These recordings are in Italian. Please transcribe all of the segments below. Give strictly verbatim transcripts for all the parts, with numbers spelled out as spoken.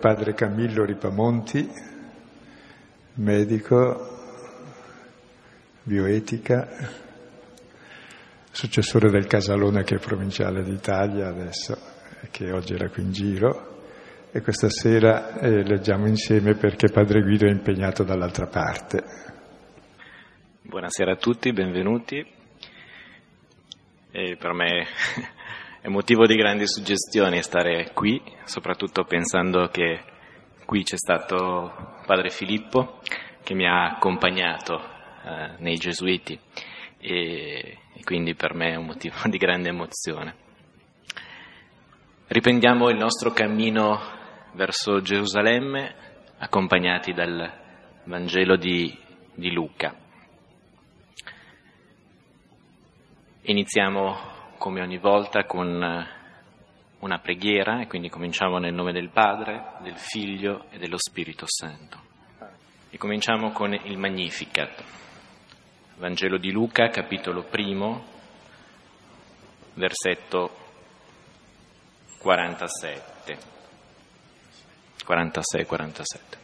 padre Camillo Ripamonti, medico, bioetica, successore del Casalone che è provinciale d'Italia adesso, che oggi era qui in giro, e questa sera eh, leggiamo insieme perché padre Guido è impegnato dall'altra parte. Buonasera a tutti, benvenuti. E per me è motivo di grandi suggestioni stare qui, soprattutto pensando che qui c'è stato padre Filippo che mi ha accompagnato eh, nei Gesuiti e, e quindi per me è un motivo di grande emozione. Riprendiamo il nostro cammino verso Gerusalemme accompagnati dal Vangelo di, di Luca. Iniziamo come ogni volta con una preghiera e quindi cominciamo nel nome del Padre, del Figlio e dello Spirito Santo. E cominciamo con il Magnificat. Vangelo di Luca, capitolo primo, versetto quarantasette. quarantasei quarantasette.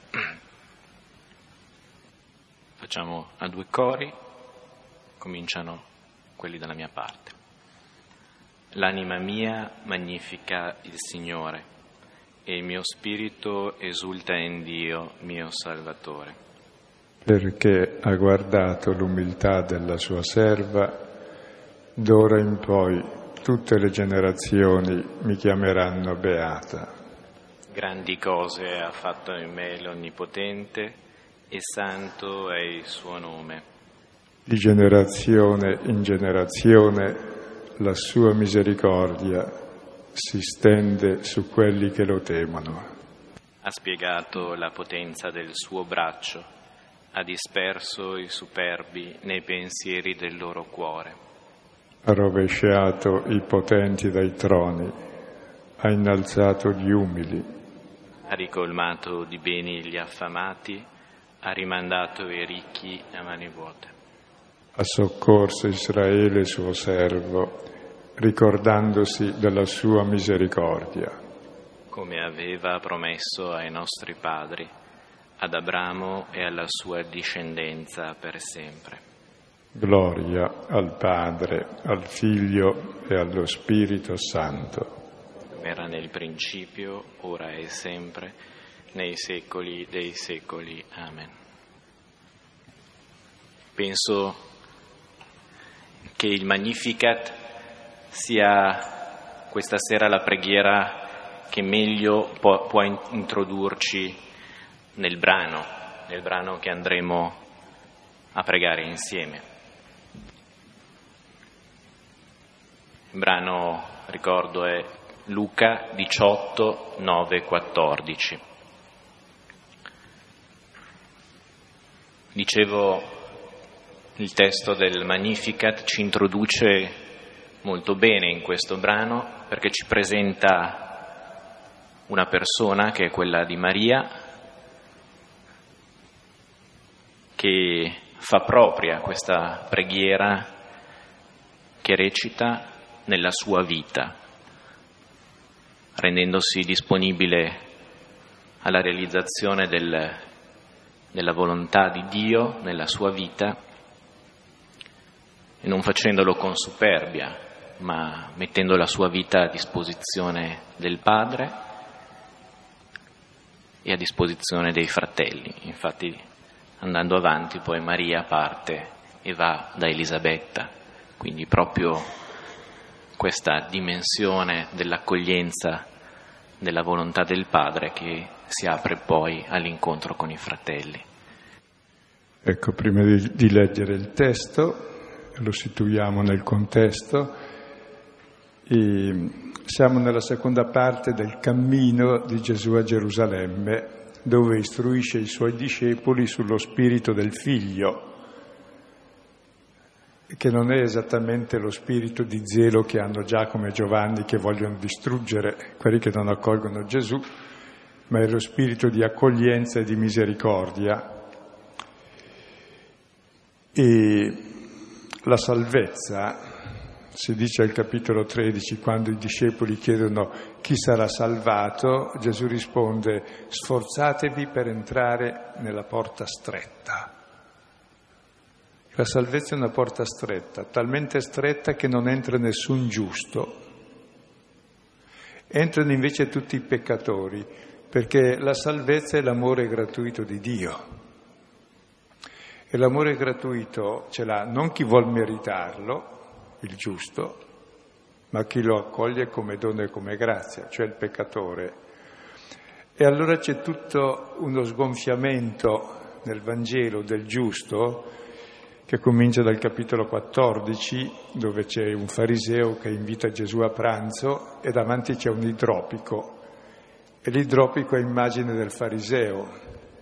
Facciamo a due cori, cominciano quelli dalla mia parte. L'anima mia magnifica il Signore e il mio spirito esulta in Dio, mio Salvatore. Perché ha guardato l'umiltà della sua serva, d'ora in poi tutte le generazioni mi chiameranno beata. Grandi cose ha fatto in me l'Onnipotente e santo è il suo nome. Di generazione in generazione la sua misericordia si stende su quelli che lo temono. Ha spiegato la potenza del suo braccio, ha disperso i superbi nei pensieri del loro cuore. Ha rovesciato i potenti dai troni, ha innalzato gli umili. Ha ricolmato di beni gli affamati, ha rimandato i ricchi a mani vuote. Ha soccorso Israele suo servo, ricordandosi della sua misericordia. Come aveva promesso ai nostri padri, ad Abramo e alla sua discendenza per sempre. Gloria al Padre, al Figlio e allo Spirito Santo. Come era nel principio, ora e sempre, nei secoli dei secoli. Amen. Penso che il Magnificat sia questa sera la preghiera che meglio può, può introdurci nel brano, nel brano che andremo a pregare insieme. Il brano, ricordo, è Luca diciotto, nove, quattordici. Dicevo, il testo del Magnificat ci introduce molto bene in questo brano perché ci presenta una persona che è quella di Maria, che fa propria questa preghiera che recita nella sua vita, rendendosi disponibile alla realizzazione del, della volontà di Dio nella sua vita, e non facendolo con superbia, ma mettendo la sua vita a disposizione del Padre e a disposizione dei fratelli. Infatti, andando avanti, poi Maria parte e va da Elisabetta, quindi proprio questa dimensione dell'accoglienza della volontà del Padre che si apre poi all'incontro con i fratelli. Ecco, prima di, di leggere il testo, lo situiamo nel contesto, e siamo nella seconda parte del cammino di Gesù a Gerusalemme, dove istruisce i suoi discepoli sullo spirito del Figlio, che non è esattamente lo spirito di zelo che hanno Giacomo e Giovanni, che vogliono distruggere quelli che non accolgono Gesù, ma è lo spirito di accoglienza e di misericordia. E la salvezza Si dice al capitolo tredici, quando i discepoli chiedono chi sarà salvato, Gesù risponde: sforzatevi per entrare nella porta stretta. La salvezza è una porta stretta, talmente stretta che non entra nessun giusto. Entrano invece tutti i peccatori, perché la salvezza è l'amore gratuito di Dio. E l'amore gratuito ce l'ha non chi vuol meritarlo, il giusto, ma chi lo accoglie come dono e come grazia, cioè il peccatore. E allora c'è tutto uno sgonfiamento nel Vangelo del giusto, che comincia dal capitolo quattordici, dove c'è un fariseo che invita Gesù a pranzo e davanti c'è un idropico. E l'idropico è immagine del fariseo,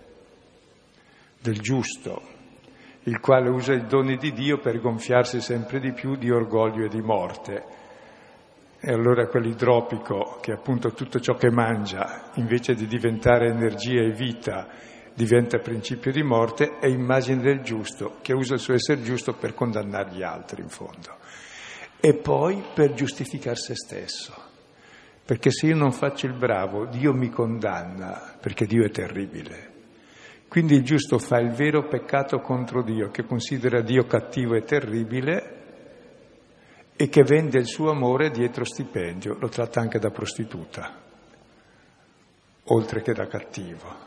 del giusto, il quale usa i doni di Dio per gonfiarsi sempre di più di orgoglio e di morte. E allora quell'idropico, che è appunto tutto ciò che mangia, invece di diventare energia e vita, diventa principio di morte, è immagine del giusto, che usa il suo essere giusto per condannare gli altri, in fondo. E poi per giustificare se stesso. Perché se io non faccio il bravo, Dio mi condanna, perché Dio è terribile. Quindi il giusto fa il vero peccato contro Dio, che considera Dio cattivo e terribile e che vende il suo amore dietro stipendio, lo tratta anche da prostituta, oltre che da cattivo.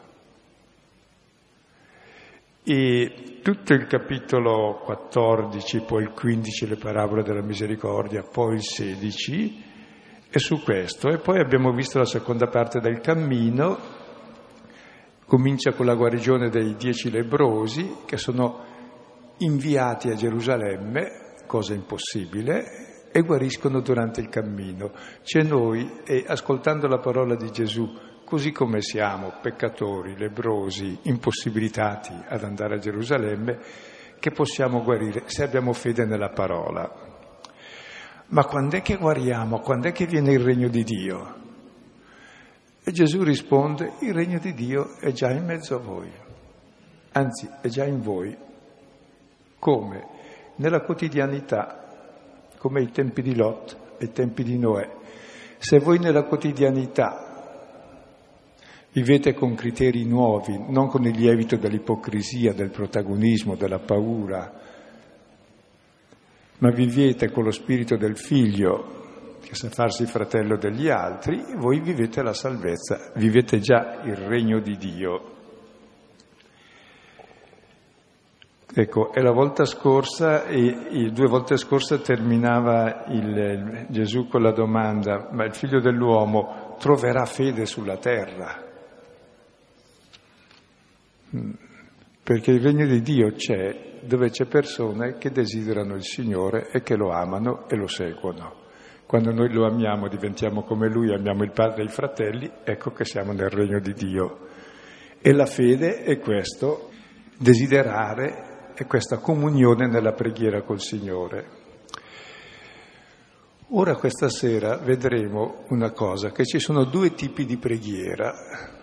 E tutto il capitolo quattordici, poi il quindici, le parabole della misericordia, poi il sedici, è su questo. E poi abbiamo visto la seconda parte del cammino. Comincia con la guarigione dei dieci lebbrosi che sono inviati a Gerusalemme, cosa impossibile, e guariscono durante il cammino. C'è noi, e ascoltando la parola di Gesù, così come siamo, peccatori, lebbrosi, impossibilitati ad andare a Gerusalemme, che possiamo guarire se abbiamo fede nella parola. Ma quando è che guariamo? Quando è che viene il regno di Dio? E Gesù risponde: il regno di Dio è già in mezzo a voi, anzi è già in voi. Come? Nella quotidianità, come ai tempi di Lot, ai tempi di Noè. Se voi nella quotidianità vivete con criteri nuovi, non con il lievito dell'ipocrisia, del protagonismo, della paura, ma vivete con lo spirito del figlio, che sa farsi fratello degli altri, voi vivete la salvezza, vivete già il regno di Dio. Ecco, e la volta scorsa, e due volte scorse terminava il, Gesù con la domanda: ma il figlio dell'uomo troverà fede sulla terra? Perché il regno di Dio c'è dove c'è persone che desiderano il Signore e che lo amano e lo seguono. Quando noi lo amiamo, diventiamo come Lui, amiamo il Padre e i fratelli, ecco che siamo nel regno di Dio. E la fede è questo, desiderare, è questa comunione nella preghiera col Signore. Ora questa sera vedremo una cosa, che ci sono due tipi di preghiera,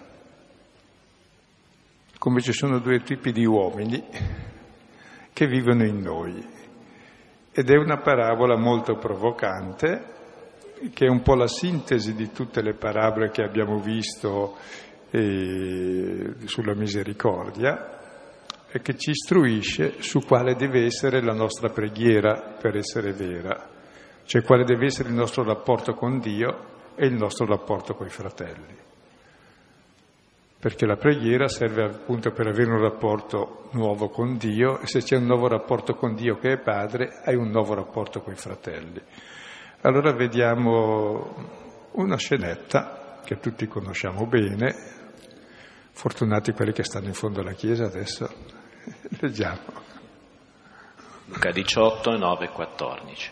come ci sono due tipi di uomini che vivono in noi. Ed è una parabola molto provocante, che è un po' la sintesi di tutte le parabole che abbiamo visto eh, sulla misericordia, e che ci istruisce su quale deve essere la nostra preghiera per essere vera, cioè quale deve essere il nostro rapporto con Dio e il nostro rapporto con i fratelli. Perché la preghiera serve appunto per avere un rapporto nuovo con Dio, e se c'è un nuovo rapporto con Dio che è Padre, hai un nuovo rapporto con i fratelli. Allora vediamo una scenetta che tutti conosciamo bene, fortunati quelli che stanno in fondo alla chiesa adesso. Leggiamo. Luca diciotto, nove, quattordici.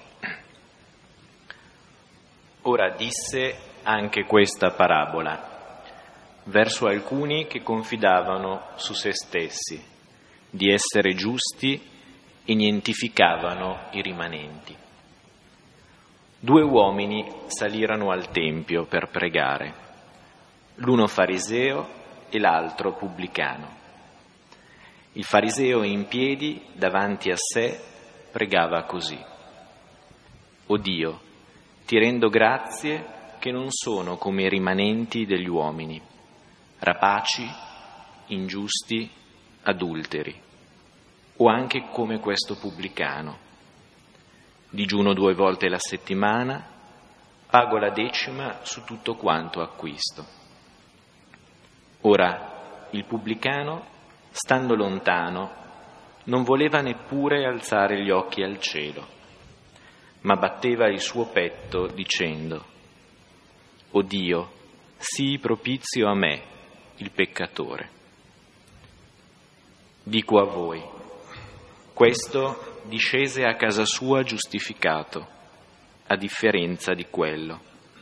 Ora disse anche questa parabola verso alcuni che confidavano su se stessi di essere giusti e nientificavano i rimanenti. Due uomini salirono al tempio per pregare, l'uno fariseo e l'altro pubblicano. Il fariseo in piedi davanti a sé pregava così: o Dio, ti rendo grazie che non sono come i rimanenti degli uomini, rapaci, ingiusti, adulteri, o anche come questo pubblicano. Digiuno due volte la settimana, pago la decima su tutto quanto acquisto. Ora, il pubblicano, stando lontano, non voleva neppure alzare gli occhi al cielo, ma batteva il suo petto dicendo: «O Dio, sii propizio a me, il peccatore». Dico a voi, questo discese a casa sua giustificato, a differenza di quello,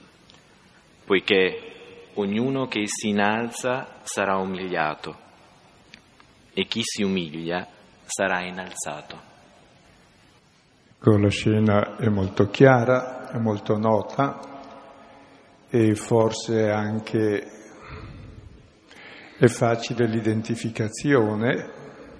poiché ognuno che si innalza sarà umiliato e chi si umiglia sarà innalzato. Ecco, la scena è molto chiara, è molto nota e forse anche è facile l'identificazione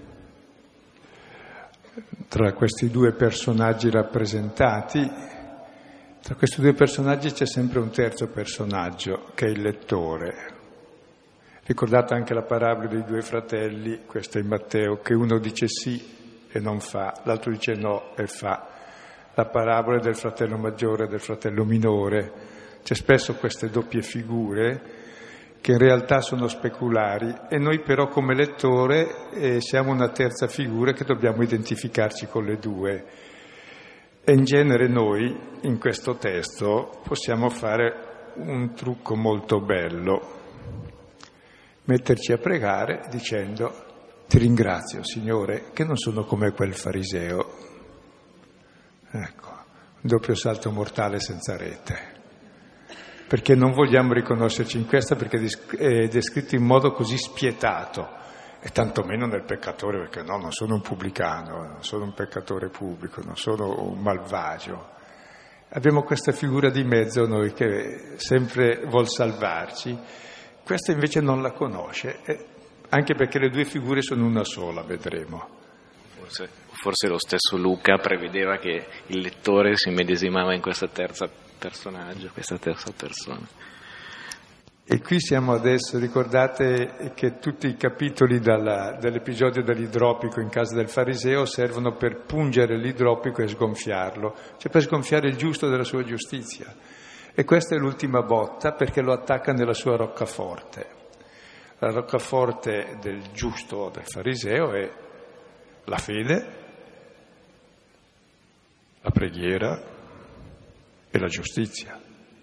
tra questi due personaggi rappresentati. Tra questi due personaggi c'è sempre un terzo personaggio, che è il lettore. Ricordate anche la parabola dei due fratelli, questa in Matteo, che uno dice sì e non fa, l'altro dice no e fa. La parabola del fratello maggiore e del fratello minore. C'è spesso queste doppie figure che in realtà sono speculari, e noi però come lettore eh, siamo una terza figura che dobbiamo identificarci con le due. E in genere noi, in questo testo, possiamo fare un trucco molto bello, metterci a pregare dicendo: ti ringrazio, Signore, che non sono come quel fariseo. Ecco, un doppio salto mortale senza rete. Perché non vogliamo riconoscerci in questa, perché è descritto in modo così spietato, e tantomeno nel peccatore, perché no, non sono un pubblicano, non sono un peccatore pubblico, non sono un malvagio. Abbiamo questa figura di mezzo noi che sempre vuol salvarci, questa invece non la conosce, anche perché le due figure sono una sola, vedremo. Forse, forse lo stesso Luca prevedeva che il lettore si medesimava in questa terza personaggio, questa terza persona. E qui siamo adesso, ricordate che tutti i capitoli dalla, dell'episodio dell'idropico in casa del fariseo servono per pungere l'idropico e sgonfiarlo, cioè per sgonfiare il giusto della sua giustizia. E questa è l'ultima botta, perché lo attacca nella sua roccaforte. La roccaforte del giusto del fariseo è la fede, la preghiera e la giustizia.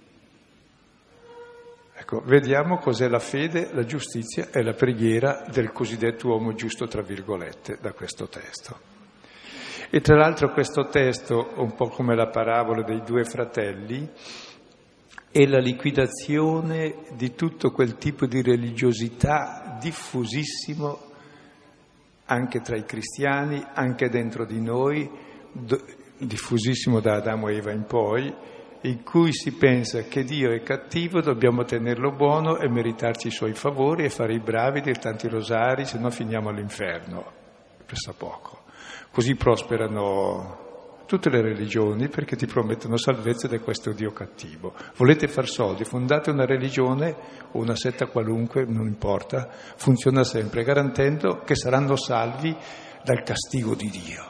Ecco, vediamo cos'è la fede, la giustizia e la preghiera del cosiddetto uomo giusto, tra virgolette, da questo testo. E tra l'altro questo testo, un po' come la parabola dei due fratelli, è la liquidazione di tutto quel tipo di religiosità diffusissimo anche tra i cristiani, anche dentro di noi, do, diffusissimo da Adamo e Eva in poi, in cui si pensa che Dio è cattivo, dobbiamo tenerlo buono e meritarci i suoi favori e fare i bravi, dire tanti rosari, se no finiamo all'inferno, pressa poco. Così prosperano tutte le religioni, perché ti promettono salvezza da questo Dio cattivo. Volete far soldi? Fondate una religione o una setta qualunque, non importa, funziona sempre, garantendo che saranno salvi dal castigo di Dio.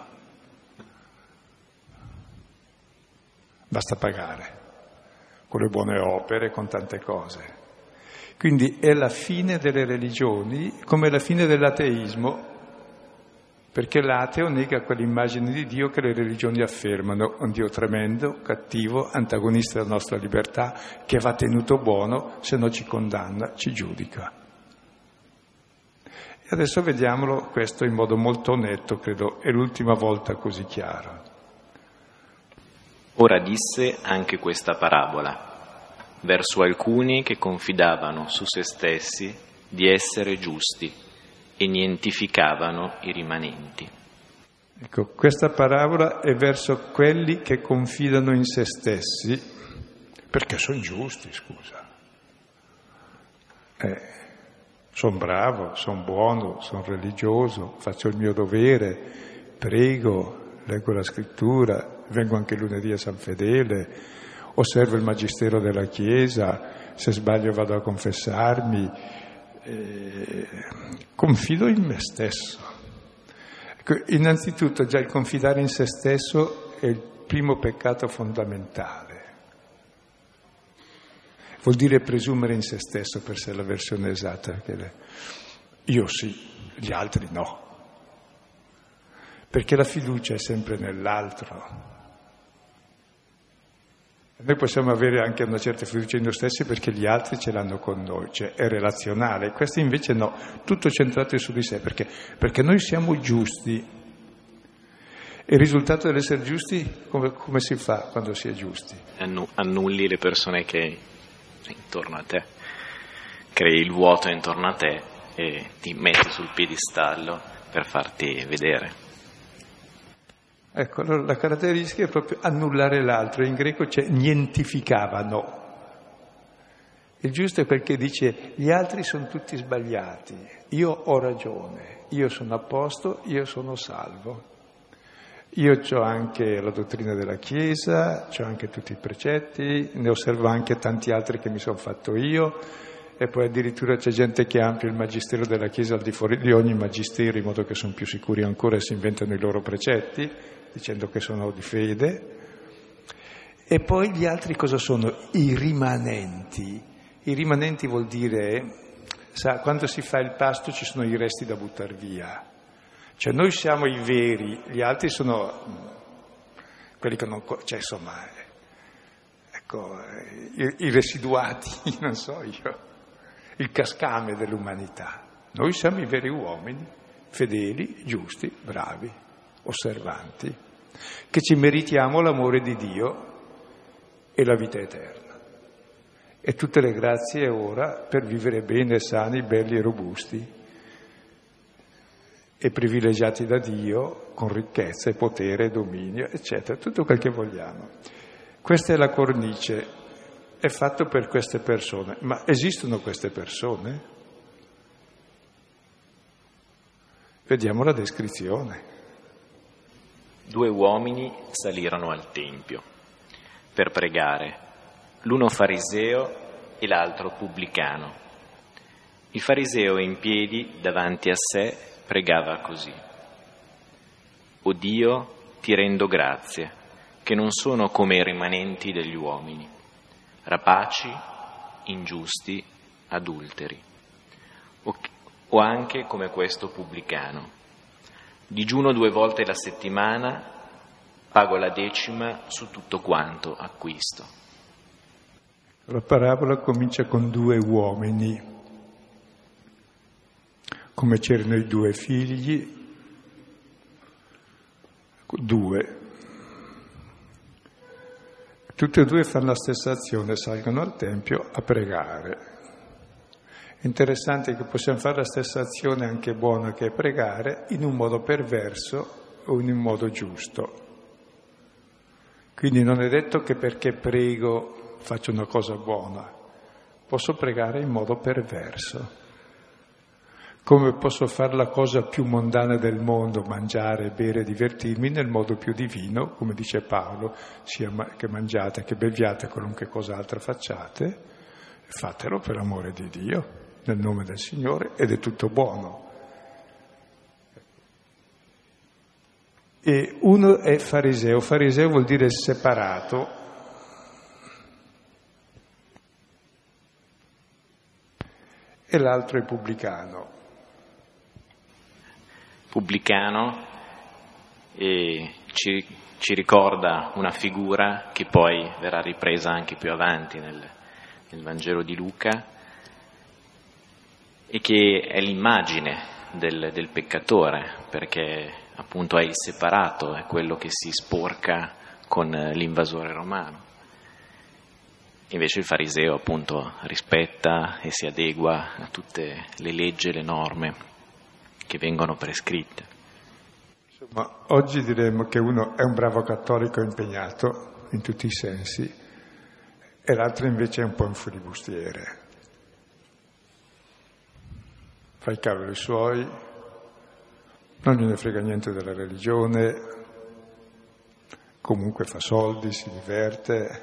Basta pagare, con le buone opere, con tante cose. Quindi è la fine delle religioni, come la fine dell'ateismo, perché l'ateo nega quell'immagine di Dio che le religioni affermano, un Dio tremendo, cattivo, antagonista della nostra libertà, che va tenuto buono, se no ci condanna, ci giudica. E adesso vediamolo questo in modo molto netto, credo, è l'ultima volta così chiaro. Ora disse anche questa parabola verso alcuni che confidavano su se stessi di essere giusti e nientificavano i rimanenti. Ecco, questa parabola è verso quelli che confidano in se stessi, perché sono giusti, scusa. Eh, sono bravo, sono buono, sono religioso, faccio il mio dovere, prego, leggo la scrittura, vengo anche lunedì a San Fedele, osservo il magistero della Chiesa, se sbaglio vado a confessarmi, eh, confido in me stesso. Ecco, innanzitutto già il confidare in se stesso è il primo peccato fondamentale. Vuol dire presumere in se stesso, per sé la versione esatta, perché io sì, gli altri no. Perché la fiducia è sempre nell'altro. Noi possiamo avere anche una certa fiducia in noi stessi perché gli altri ce l'hanno con noi, cioè è relazionale. Questo invece no, tutto centrato su di sé, perché? Perché noi siamo giusti. E il risultato dell'essere giusti, come, come si fa quando si è giusti? Annulli le persone che intorno a te, crei il vuoto intorno a te e ti metti sul piedistallo per farti vedere. Ecco, allora la caratteristica è proprio annullare l'altro. In greco c'è nientificavano. Il giusto è quel che dice gli altri sono tutti sbagliati, io ho ragione, io sono a posto, io sono salvo. Io ho anche la dottrina della Chiesa, ho anche tutti i precetti, ne osservo anche tanti altri che mi sono fatto io, e poi addirittura c'è gente che amplia il magistero della Chiesa al di fuori di ogni magistero, in modo che sono più sicuri ancora e si inventano i loro precetti, dicendo che sono di fede. E poi gli altri cosa sono? I rimanenti. I rimanenti vuol dire, sa, quando si fa il pasto ci sono i resti da buttare via. Cioè noi siamo i veri, gli altri sono quelli che non... cioè insomma, ecco, i, i residuati, non so io, il cascame dell'umanità. Noi siamo i veri uomini, fedeli, giusti, bravi, osservanti, che ci meritiamo l'amore di Dio e la vita eterna. E tutte le grazie ora per vivere bene, sani, belli e robusti, e privilegiati da Dio con ricchezza, potere, dominio, eccetera, tutto quel che vogliamo. Questa è la cornice, è fatto per queste persone. Ma esistono queste persone? Vediamo la descrizione. Due uomini salirono al Tempio per pregare, l'uno fariseo e l'altro pubblicano. Il fariseo in piedi davanti a sé pregava così: O Dio, ti rendo grazie, che non sono come i rimanenti degli uomini, rapaci, ingiusti, adulteri, o, o anche come questo pubblicano. Digiuno due volte la settimana, pago la decima su tutto quanto acquisto. La parabola comincia con due uomini. Come c'erano i due figli, due. Tutti e due fanno la stessa azione, salgono al Tempio a pregare. È interessante che possiamo fare la stessa azione anche buona, che è pregare, in un modo perverso o in un modo giusto. Quindi non è detto che perché prego faccio una cosa buona, posso pregare in modo perverso. Come posso fare la cosa più mondana del mondo, mangiare, bere, divertirmi, nel modo più divino, come dice Paolo, sia che mangiate, che beviate, qualunque cosa altra facciate, fatelo per amore di Dio, nel nome del Signore, ed è tutto buono. E uno è fariseo, fariseo vuol dire separato, e l'altro è pubblicano. Pubblicano e ci, ci ricorda una figura che poi verrà ripresa anche più avanti nel, nel Vangelo di Luca e che è l'immagine del, del peccatore, perché appunto è il separato, è quello che si sporca con l'invasore romano. Invece il fariseo appunto rispetta e si adegua a tutte le leggi e le norme che vengono prescritte. Insomma, oggi diremmo che uno è un bravo cattolico impegnato in tutti i sensi e l'altro invece è un po' un filibustiere. Fa i cavoli suoi, non gliene frega niente della religione, comunque fa soldi, si diverte.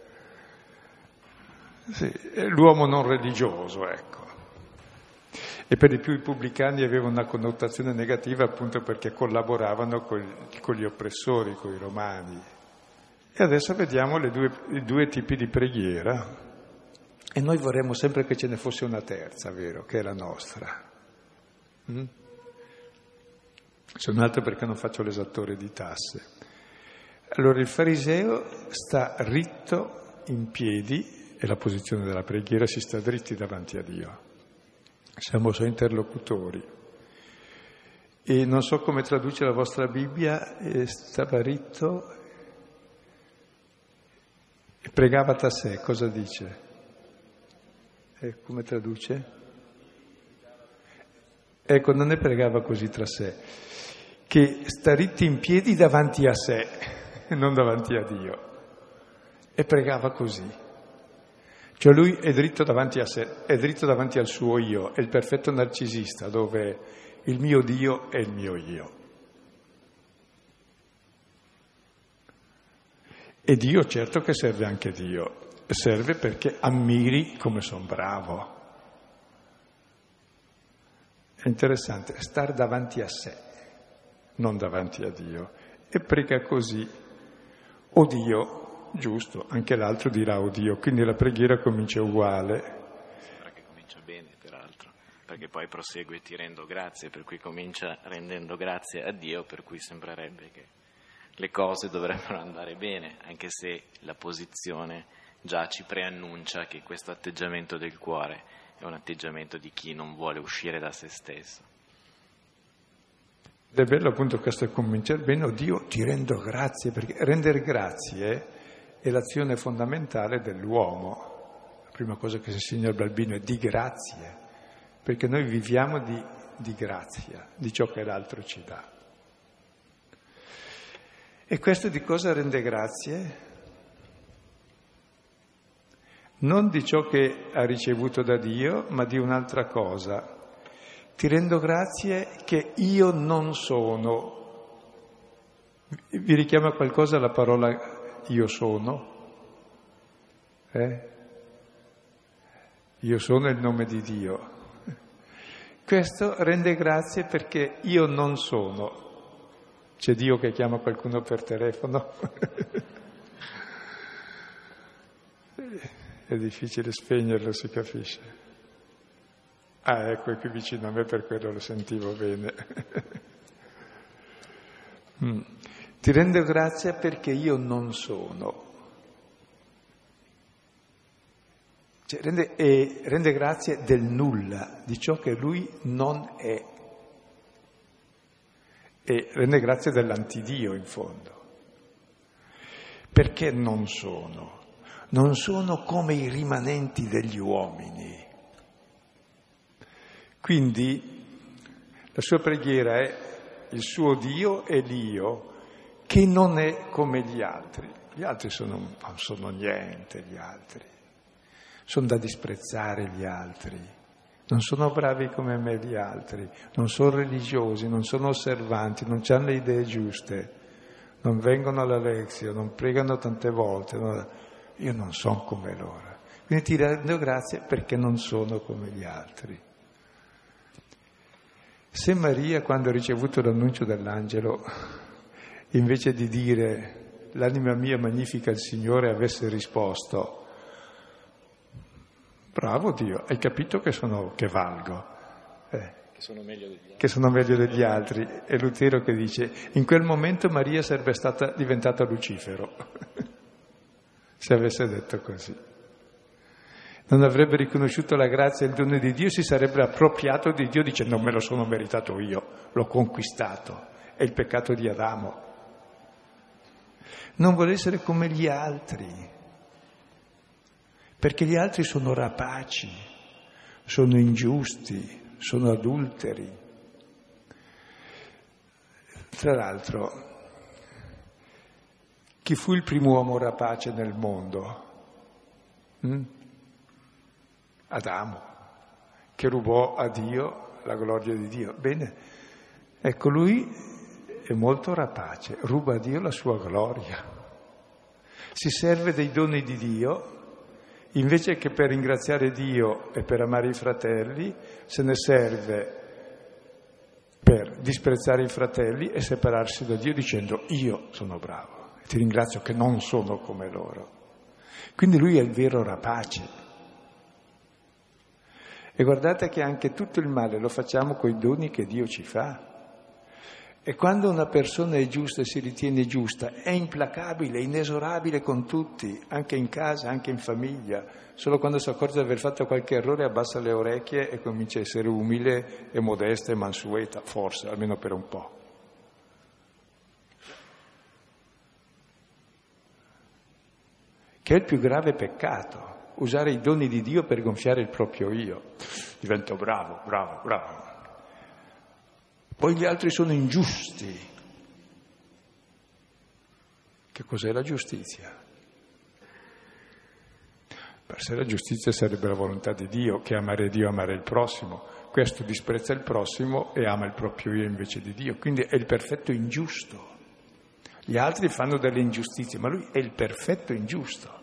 Sì, è l'uomo non religioso, ecco. E per di più i pubblicani avevano una connotazione negativa appunto perché collaboravano con, con gli oppressori, con i romani. E adesso vediamo le due, i due tipi di preghiera. E noi vorremmo sempre che ce ne fosse una terza, vero? Che è la nostra. Mm? C'è un altro perché non faccio l'esattore di tasse. Allora il fariseo sta ritto in piedi, è la posizione della preghiera, si sta dritti davanti a Dio. Siamo suoi interlocutori. E non so come traduce la vostra Bibbia, eh, stava ritto e pregava da sé, cosa dice? Eh, come traduce? Ecco, non ne pregava così tra sé, che sta ritti in piedi davanti a sé, non davanti a Dio, e pregava così. Cioè lui è dritto davanti a sé, è dritto davanti al suo io, è il perfetto narcisista, dove il mio Dio è il mio io. E Dio certo che serve anche Dio, serve perché ammiri come son bravo. È interessante, star davanti a sé, non davanti a Dio, e prega così, o Dio. Giusto, anche l'altro dirà oh Dio, quindi la preghiera comincia uguale. Sembra che comincia bene, peraltro, perché poi prosegue ti rendo grazie, per cui comincia rendendo grazie a Dio, per cui sembrerebbe che le cose dovrebbero andare bene, anche se la posizione già ci preannuncia che questo atteggiamento del cuore è un atteggiamento di chi non vuole uscire da se stesso. Ed è bello appunto questo cominciare bene, oh Dio ti rendo grazie, perché rendere grazie è l'azione fondamentale dell'uomo. La prima cosa che si insegna al bambino è di grazie, perché noi viviamo di, di grazia, di ciò che l'altro ci dà. E questo di cosa rende grazie? Non di ciò che ha ricevuto da Dio, ma di un'altra cosa. Ti rendo grazie che io non sono. Vi richiama qualcosa la parola io sono? Eh? Io sono il nome di Dio. Questo rende grazie perché io non sono. C'è Dio che chiama qualcuno per telefono? È difficile spegnerlo, si capisce. Ah, ecco, è qui vicino a me, per quello lo sentivo bene. mm. Ti rendo grazie perché io non sono. Cioè, rende, e rende grazie del nulla, di ciò che lui non è. E rende grazie dell'antidio, in fondo. Perché non sono? Non sono come i rimanenti degli uomini. Quindi la sua preghiera è il suo Dio e l'io, che non è come gli altri. Gli altri sono, non sono niente, gli altri. Sono da disprezzare gli altri. Non sono bravi come me gli altri. Non sono religiosi, non sono osservanti, non hanno le idee giuste. Non vengono alla lezione, non pregano tante volte. Non... Io non sono come loro. Quindi ti rendo grazie perché non sono come gli altri. Se Maria, quando ha ricevuto l'annuncio dell'angelo, invece di dire l'anima mia magnifica il Signore, avesse risposto bravo Dio, hai capito che sono che valgo, eh, che sono meglio degli altri. Che sono meglio degli altri. È Lutero che dice in quel momento Maria sarebbe stata diventata Lucifero se avesse detto così. Non avrebbe riconosciuto la grazia e il dono di Dio, si sarebbe appropriato di Dio dicendo non me lo sono meritato io, l'ho conquistato, è il peccato di Adamo. Non vuole essere come gli altri, perché gli altri sono rapaci, sono ingiusti, sono adulteri. Tra l'altro, chi fu il primo uomo rapace nel mondo? Mm? Adamo, che rubò a Dio la gloria di Dio. Bene, ecco, lui è molto rapace, ruba a Dio la sua gloria. Si serve dei doni di Dio, invece che per ringraziare Dio e per amare i fratelli, se ne serve per disprezzare i fratelli e separarsi da Dio dicendo io sono bravo e ti ringrazio che non sono come loro. Quindi lui è il vero rapace. E guardate che anche tutto il male lo facciamo coi doni che Dio ci fa. E quando una persona è giusta e si ritiene giusta, è implacabile, inesorabile con tutti, anche in casa, anche in famiglia. Solo quando si accorge di aver fatto qualche errore abbassa le orecchie e comincia a essere umile e modesta e mansueta, forse, almeno per un po'. Che è il più grave peccato. Usare i doni di Dio per gonfiare il proprio io. Divento bravo, bravo, bravo. Poi gli altri sono ingiusti. Che cos'è la giustizia? Per sé la giustizia sarebbe la volontà di Dio, che amare Dio, amare il prossimo. Questo disprezza il prossimo e ama il proprio io invece di Dio. Quindi è il perfetto ingiusto. Gli altri fanno delle ingiustizie, ma lui è il perfetto ingiusto.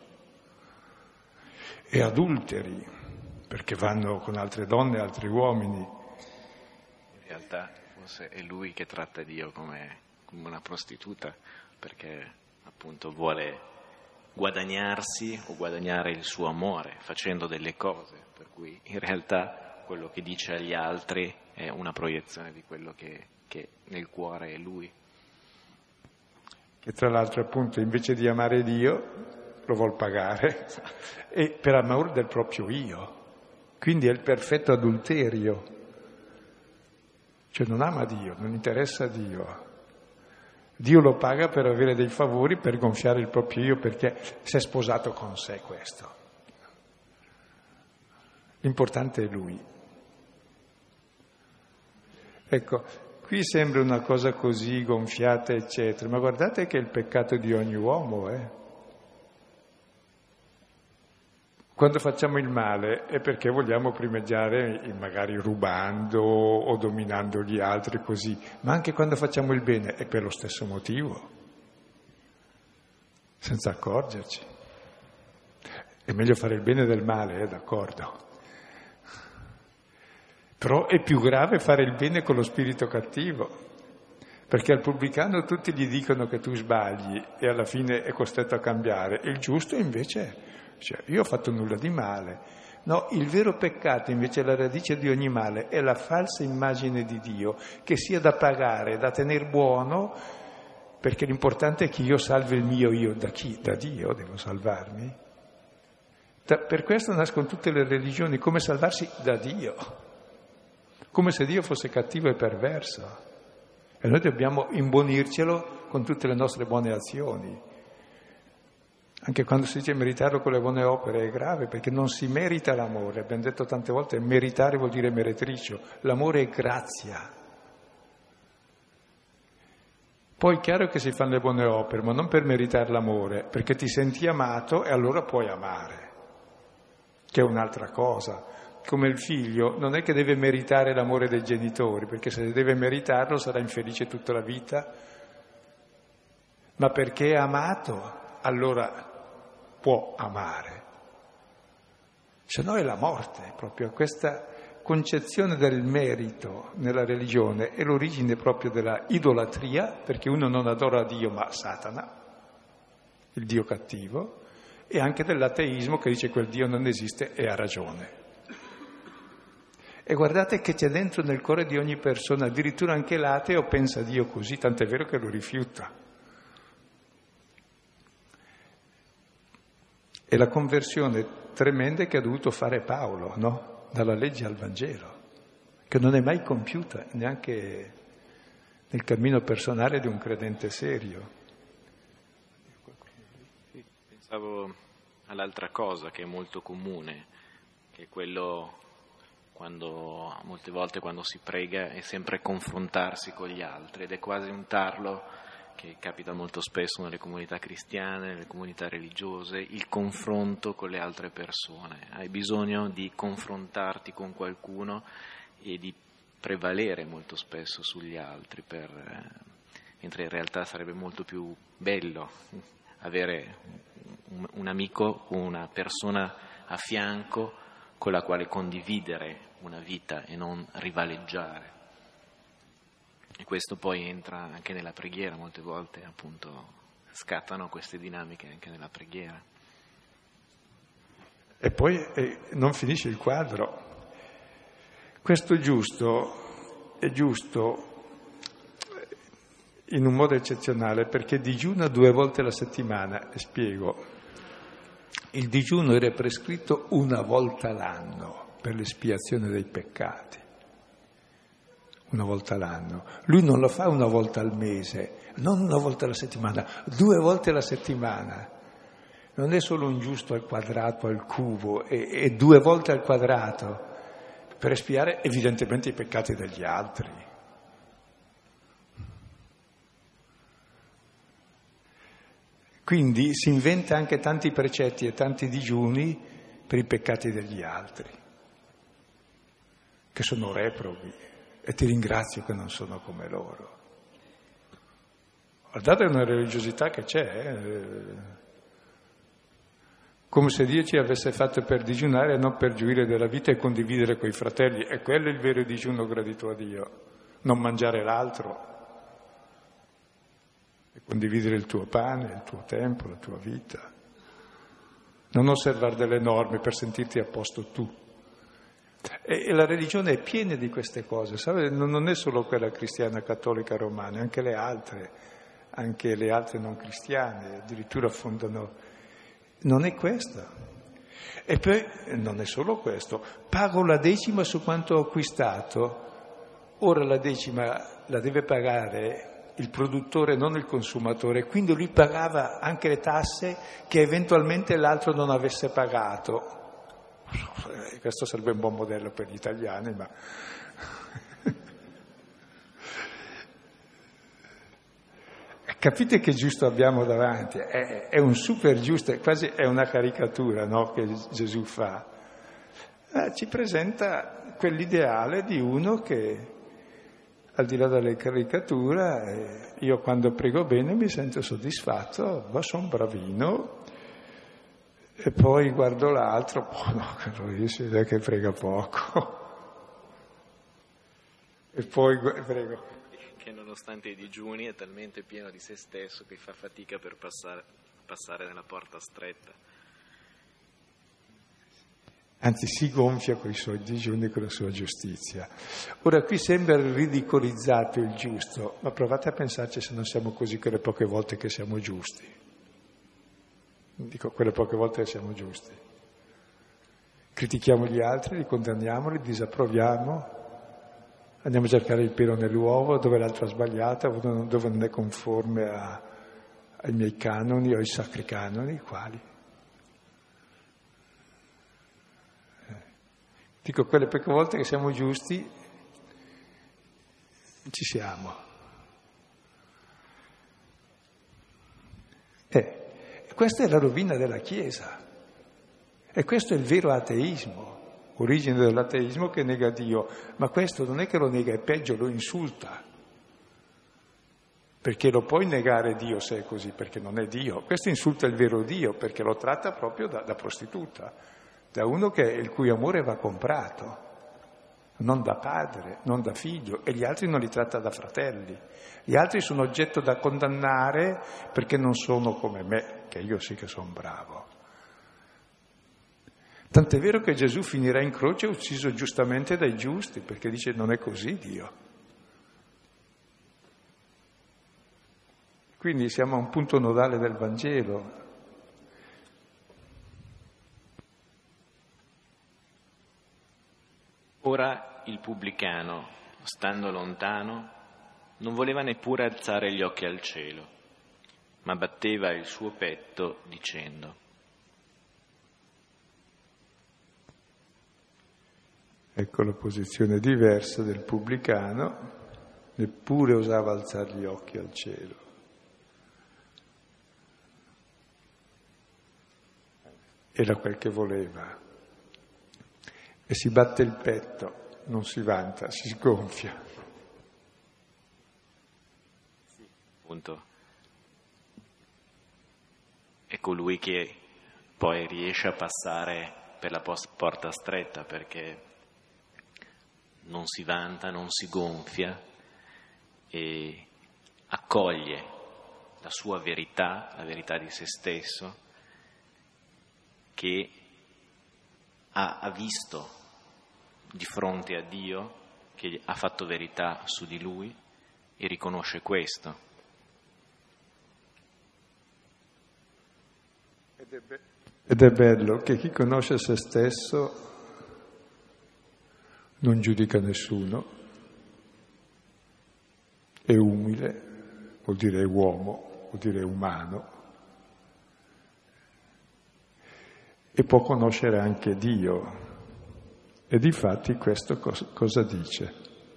E adulteri, perché vanno con altre donne, altri uomini. In realtà forse è lui che tratta Dio come, come una prostituta, perché appunto vuole guadagnarsi o guadagnare il suo amore facendo delle cose, per cui in realtà quello che dice agli altri è una proiezione di quello che, che nel cuore è lui. Che tra l'altro appunto invece di amare Dio lo vuol pagare e per amore del proprio io. Quindi è il perfetto adulterio. Cioè non ama Dio, non interessa Dio. Dio lo paga per avere dei favori, per gonfiare il proprio io, perché si è sposato con sé questo. L'importante è lui. Ecco, qui sembra una cosa così gonfiata, eccetera, ma guardate che è il peccato di ogni uomo, eh. Quando facciamo il male è perché vogliamo primeggiare magari rubando o dominando gli altri così, ma anche quando facciamo il bene è per lo stesso motivo, senza accorgerci. È meglio fare il bene del male, eh, d'accordo. Però è più grave fare il bene con lo spirito cattivo, perché al pubblicano tutti gli dicono che tu sbagli e alla fine è costretto a cambiare, e il giusto invece... Cioè, io ho fatto nulla di male. No, il vero peccato invece, la radice di ogni male, è la falsa immagine di Dio, che sia da pagare, da tener buono, perché l'importante è che io salvi il mio io. Da chi? Da Dio devo salvarmi. Da, per questo nascono tutte le religioni, come salvarsi da Dio, come se Dio fosse cattivo e perverso. E noi dobbiamo imbonircelo con tutte le nostre buone azioni. Anche quando si dice meritarlo con le buone opere è grave, perché non si merita l'amore. Abbiamo detto tante volte, meritare vuol dire meretricio. L'amore è grazia. Poi è chiaro che si fanno le buone opere, ma non per meritare l'amore, perché ti senti amato e allora puoi amare, che è un'altra cosa. Come il figlio non è che deve meritare l'amore dei genitori, perché se deve meritarlo sarà infelice tutta la vita, ma perché è amato, allora può amare. Se no è la morte, proprio questa concezione del merito nella religione è l'origine proprio della idolatria, perché uno non adora Dio ma Satana, il Dio cattivo, e anche dell'ateismo che dice quel Dio non esiste e ha ragione. E guardate che c'è dentro nel cuore di ogni persona, addirittura anche l'ateo pensa a Dio così, tant'è vero che lo rifiuta. E la conversione tremenda che ha dovuto fare Paolo, no? Dalla legge al Vangelo, che non è mai compiuta neanche nel cammino personale di un credente serio. Pensavo all'altra cosa che è molto comune, che è quello quando molte volte quando si prega è sempre confrontarsi con gli altri, ed è quasi un tarlo che capita molto spesso nelle comunità cristiane, nelle comunità religiose, il confronto con le altre persone. Hai bisogno di confrontarti con qualcuno e di prevalere molto spesso sugli altri, per, mentre in realtà sarebbe molto più bello avere un, un amico, una persona a fianco con la quale condividere una vita e non rivaleggiare. E questo poi entra anche nella preghiera, molte volte appunto scattano queste dinamiche anche nella preghiera. E poi eh, non finisce il quadro. Questo giusto è giusto in un modo eccezionale perché digiuna due volte alla settimana, e spiego. Il digiuno era prescritto una volta l'anno per l'espiazione dei peccati. Una volta l'anno. Lui non lo fa una volta al mese, non una volta alla settimana, due volte alla settimana. Non è solo un giusto al quadrato, al cubo, è, è due volte al quadrato per espiare evidentemente i peccati degli altri. Quindi si inventa anche tanti precetti e tanti digiuni per i peccati degli altri, che sono reprobi. E ti ringrazio che non sono come loro. Guardate, è una religiosità che c'è, eh? Come se Dio ci avesse fatto per digiunare e non per gioire della vita e condividere coi fratelli. E quello è il vero digiuno gradito a Dio, non mangiare l'altro, e condividere il tuo pane, il tuo tempo, la tua vita. Non osservare delle norme per sentirti a posto tu. E la religione è piena di queste cose, sapete? Non è solo quella cristiana, cattolica, romana, anche le altre, anche le altre non cristiane, addirittura fondano. Non è questo. E poi non è solo questo. Pago la decima su quanto ho acquistato. Ora la decima la deve pagare il produttore, non il consumatore. Quindi lui pagava anche le tasse che eventualmente l'altro non avesse pagato. Questo sarebbe un buon modello per gli italiani, ma capite che giusto abbiamo davanti? È, è un super giusto, quasi è una caricatura, no, che Gesù fa. Eh, ci presenta quell'ideale di uno che, al di là delle caricature, eh, io quando prego bene mi sento soddisfatto, ma sono bravino. E poi guardo l'altro, oh no, lui si vede che prega poco. E poi, prego. Che nonostante i digiuni è talmente pieno di se stesso che fa fatica per passare, passare nella porta stretta. Anzi, si gonfia con i suoi digiuni e con la sua giustizia. Ora, qui sembra ridicolizzato il giusto, ma provate a pensarci se non siamo così quelle poche volte che siamo giusti. Dico, quelle poche volte che siamo giusti. Critichiamo gli altri, li condanniamo, li disapproviamo, andiamo a cercare il pelo nell'uovo dove l'altro ha sbagliato, dove non è conforme a, ai miei canoni o ai sacri canoni, quali? Eh. Dico, quelle poche volte che siamo giusti, ci siamo. Eh. Questa è la rovina della Chiesa e questo è il vero ateismo, origine dell'ateismo che nega Dio, ma questo non è che lo nega, è peggio, lo insulta, perché lo puoi negare Dio se è così, perché non è Dio, questo insulta il vero Dio perché lo tratta proprio da, da prostituta, da uno che, il cui amore va comprato, non da padre, non da figlio, e gli altri non li tratta da fratelli. Gli altri sono oggetto da condannare perché non sono come me, che io sì che sono bravo. Tant'è vero che Gesù finirà in croce ucciso giustamente dai giusti, perché dice non è così Dio. Quindi siamo a un punto nodale del Vangelo. Ora il pubblicano, stando lontano, non voleva neppure alzare gli occhi al cielo, ma batteva il suo petto dicendo: ecco la posizione diversa del pubblicano, neppure osava alzare gli occhi al cielo. Era quel che voleva. E si batte il petto, non si vanta, si sgonfia. Sì, appunto. È colui che poi riesce a passare per la porta stretta perché non si vanta, non si gonfia e accoglie la sua verità, la verità di se stesso, che ha, ha visto di fronte a Dio, che ha fatto verità su di lui e riconosce questo. Ed è, be- ed è bello che chi conosce se stesso non giudica nessuno, è umile, vuol dire è uomo, vuol dire è umano, e può conoscere anche Dio. E difatti questo cosa, cosa dice?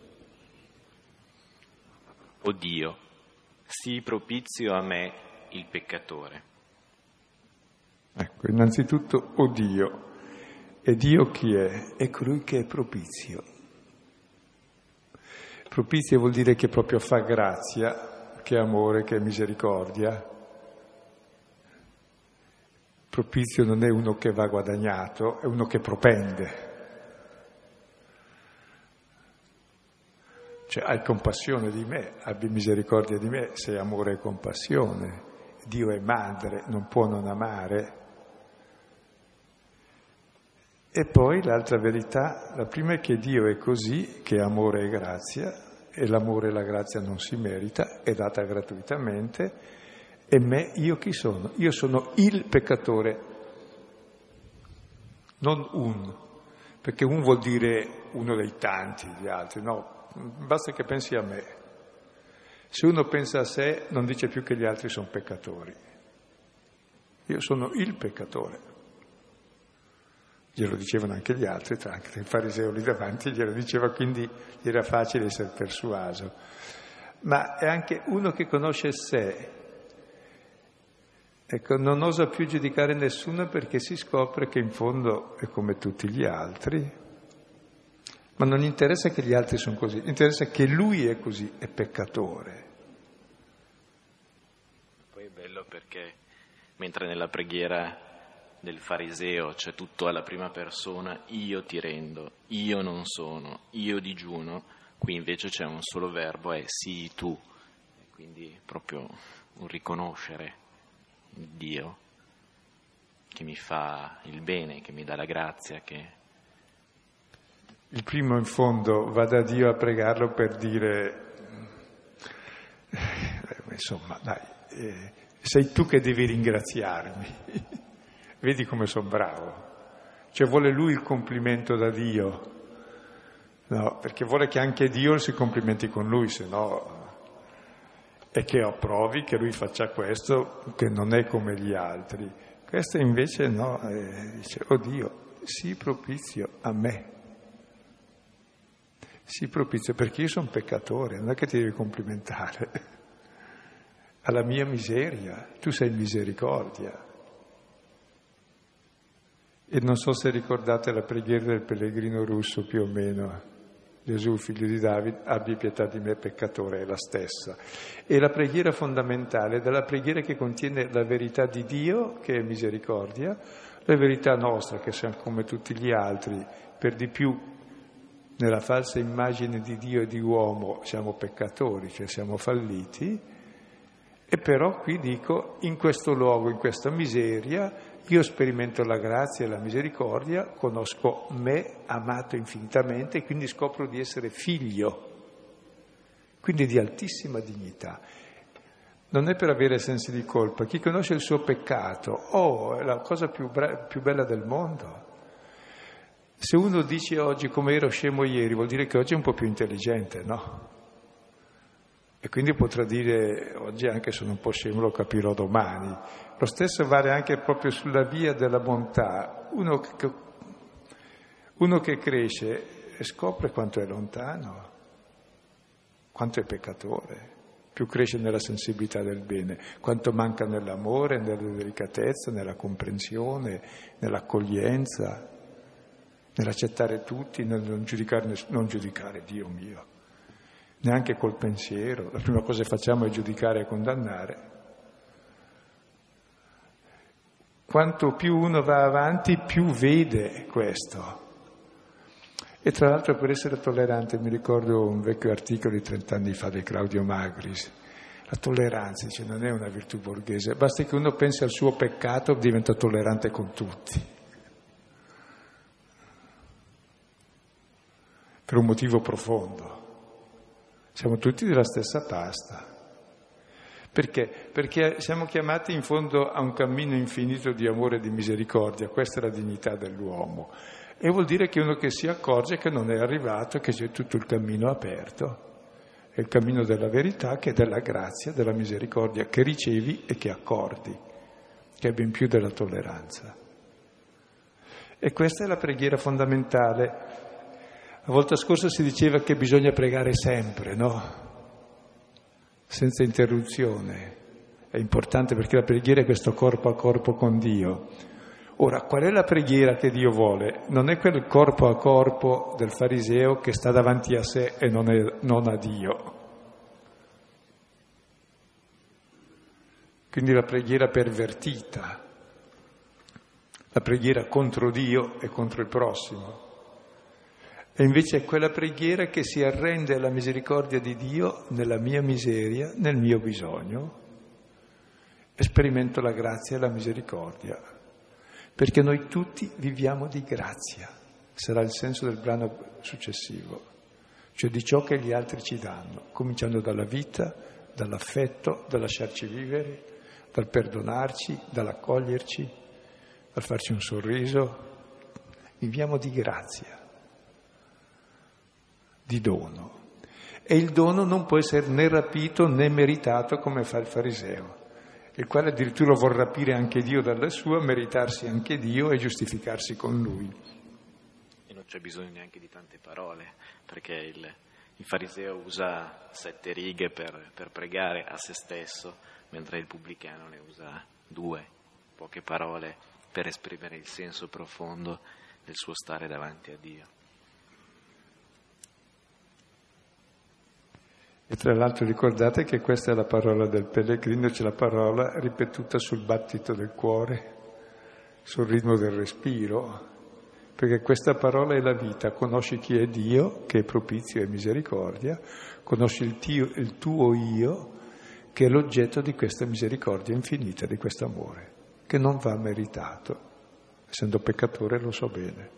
O Dio, sii propizio a me, il peccatore. Ecco, innanzitutto, o Dio. E Dio chi è? È colui che è propizio. Propizio vuol dire che proprio fa grazia, che è amore, che è misericordia. Propizio non è uno che va guadagnato, è uno che propende. Cioè, hai compassione di me, abbi misericordia di me, sei amore e compassione. Dio è madre, non può non amare. E poi l'altra verità, la prima è che Dio è così, che amore e grazia, e l'amore e la grazia non si merita, è data gratuitamente, e me, io chi sono? Io sono il peccatore, non un, perché un vuol dire uno dei tanti, gli altri, no, basta che pensi a me. Se uno pensa a sé non dice più che gli altri sono peccatori. Io sono il peccatore. Glielo dicevano anche gli altri, tra anche il fariseo lì davanti glielo diceva, quindi gli era facile essere persuaso. Ma è anche uno che conosce sé. Ecco, non osa più giudicare nessuno perché si scopre che in fondo è come tutti gli altri. Ma non gli interessa che gli altri sono così, gli interessa che lui è così, è peccatore. Poi è bello perché mentre nella preghiera del fariseo c'è tutto alla prima persona, io ti rendo, io non sono, io digiuno, qui invece c'è un solo verbo, è sii tu, e quindi proprio un riconoscere Dio che mi fa il bene, che mi dà la grazia, che... Il primo in fondo va da Dio a pregarlo per dire, eh, insomma, dai, eh, sei tu che devi ringraziarmi, vedi come sono bravo. Cioè vuole lui il complimento da Dio, no, perché vuole che anche Dio si complimenti con lui, se no, e che approvi che lui faccia questo, che non è come gli altri. Questo invece no, eh, dice, oh Dio, sii propizio a me. Sii propizio, perché io sono peccatore, non è che ti devi complimentare. Alla mia miseria, tu sei misericordia. E non so se ricordate la preghiera del pellegrino russo più o meno. Gesù, figlio di Davide, abbi pietà di me peccatore, è la stessa. E la preghiera fondamentale è della preghiera che contiene la verità di Dio, che è misericordia, la verità nostra, che siamo come tutti gli altri, per di più nella falsa immagine di Dio e di uomo siamo peccatori, cioè siamo falliti, e però qui dico, in questo luogo, in questa miseria, io sperimento la grazia e la misericordia, conosco me amato infinitamente e quindi scopro di essere figlio, quindi di altissima dignità. Non è per avere sensi di colpa, chi conosce il suo peccato, oh, è la cosa più, bra- più bella del mondo. Se uno dice oggi come ero scemo ieri, vuol dire che oggi è un po' più intelligente, no? E quindi potrà dire oggi anche sono un po' scemo, lo capirò domani. Lo stesso vale anche proprio sulla via della bontà. Uno che, uno che cresce e scopre quanto è lontano, quanto è peccatore, più cresce nella sensibilità del bene, quanto manca nell'amore, nella delicatezza, nella comprensione, nell'accoglienza, nell'accettare tutti, nel non giudicare, non giudicare Dio mio, neanche col pensiero. La prima cosa che facciamo è giudicare e condannare. quanto più uno va avanti, più vede questo. E tra l'altro, per essere tollerante, mi ricordo un vecchio articolo di trent'anni fa di Claudio Magris. La tolleranza, dice, non è una virtù borghese, basta che uno pensi al suo peccato, diventa tollerante con tutti. Per un motivo profondo. Siamo tutti della stessa pasta. Perché? Perché siamo chiamati in fondo a un cammino infinito di amore e di misericordia. Questa è la dignità dell'uomo. E vuol dire che uno che si accorge che non è arrivato, che c'è tutto il cammino aperto. È il cammino della verità, che è della grazia, della misericordia, che ricevi e che accordi, che è ben più della tolleranza. E questa è la preghiera fondamentale. La volta scorsa si diceva che bisogna pregare sempre, no? Senza interruzione. È importante perché la preghiera è questo corpo a corpo con Dio. Ora, qual è la preghiera che Dio vuole? Non è quel corpo a corpo del fariseo che sta davanti a sé e non, è, non a Dio. Quindi la preghiera pervertita, la preghiera contro Dio e contro il prossimo. E invece è quella preghiera che si arrende alla misericordia di Dio nella mia miseria, nel mio bisogno, e sperimento la grazia e la misericordia. Perché noi tutti viviamo di grazia, sarà il senso del brano successivo, cioè di ciò che gli altri ci danno, cominciando dalla vita, dall'affetto, dal lasciarci vivere, dal perdonarci, dall'accoglierci, dal farci un sorriso. Viviamo di grazia, di dono. E il dono non può essere né rapito né meritato come fa il fariseo, il quale addirittura vuol rapire anche Dio dalla sua, meritarsi anche Dio e giustificarsi con Lui. E non c'è bisogno neanche di tante parole, perché il, il fariseo usa sette righe per, per pregare a se stesso, mentre il pubblicano ne usa due, poche parole per esprimere il senso profondo del suo stare davanti a Dio. E tra l'altro ricordate che questa è la parola del pellegrino, c'è la parola ripetuta sul battito del cuore, sul ritmo del respiro, perché questa parola è la vita. Conosci chi è Dio, che è propizio e misericordia, conosci il, tio, il tuo io, che è l'oggetto di questa misericordia infinita, di questo amore, che non va meritato. Essendo peccatore lo so bene.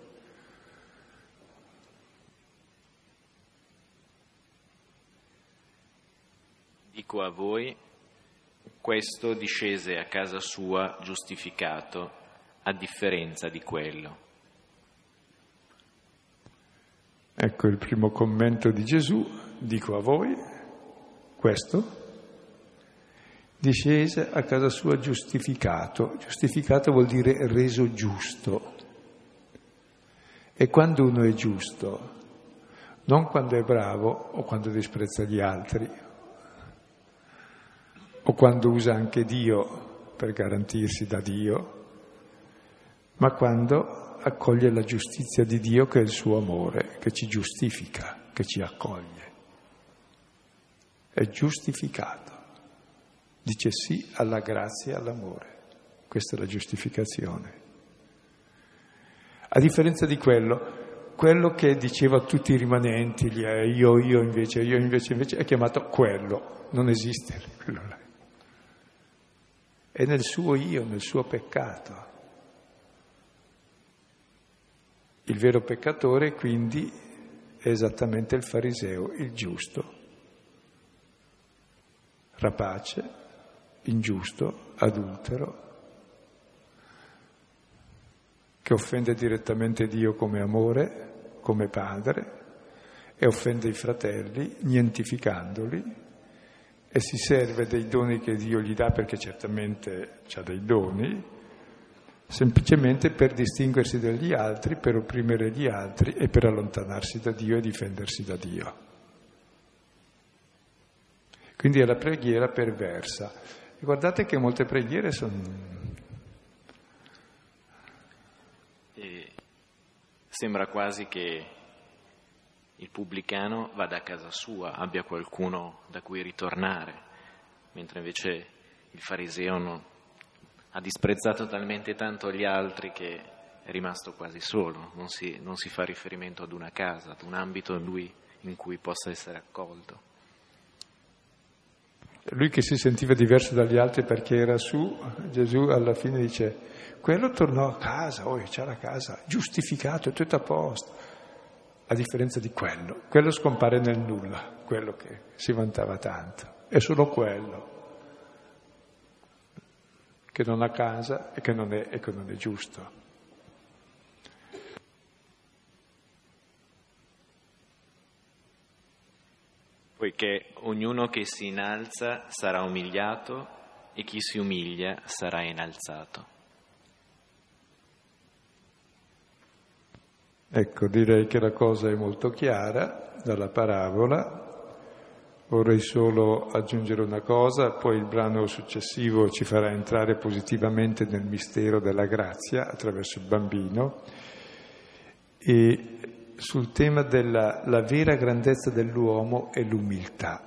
Dico a voi, questo discese a casa sua giustificato, a differenza di quello. Ecco il primo commento di Gesù, dico a voi, questo discese a casa sua giustificato. Giustificato vuol dire reso giusto. E quando uno è giusto, non quando è bravo o quando disprezza gli altri, o quando usa anche Dio per garantirsi da Dio, ma quando accoglie la giustizia di Dio, che è il suo amore, che ci giustifica, che ci accoglie. È giustificato. Dice sì alla grazia e all'amore. Questa è la giustificazione. A differenza di quello, quello che diceva a tutti i rimanenti, gli è, io, io invece, io invece, invece, è chiamato quello. Non esiste quello là. È nel suo io, nel suo peccato. Il vero peccatore, quindi, è esattamente il fariseo, il giusto, rapace, ingiusto, adultero, che offende direttamente Dio come amore, come padre, e offende i fratelli, nientificandoli, e si serve dei doni che Dio gli dà, perché certamente ha dei doni, semplicemente per distinguersi dagli altri, per opprimere gli altri e per allontanarsi da Dio e difendersi da Dio. Quindi è la preghiera perversa. E guardate che molte preghiere sono... E sembra quasi che il pubblicano vada a casa sua, abbia qualcuno da cui ritornare, mentre invece il fariseo non, ha disprezzato talmente tanto gli altri che è rimasto quasi solo, non si, non si fa riferimento ad una casa, ad un ambito in, lui, in cui possa essere accolto. Lui che si sentiva diverso dagli altri perché era su, Gesù alla fine dice, quello tornò a casa, oh, c'ha la casa, giustificato, è tutto a posto. A differenza di quello, quello scompare nel nulla, quello che si vantava tanto. È solo quello che non ha casa e che non è, e che non è giusto. Poiché ognuno che si innalza sarà umiliato e chi si umiglia sarà innalzato. Ecco, direi che la cosa è molto chiara dalla parabola. Vorrei solo aggiungere una cosa, poi il brano successivo ci farà entrare positivamente nel mistero della grazia attraverso il bambino. E sul tema della la vera grandezza dell'uomo è l'umiltà.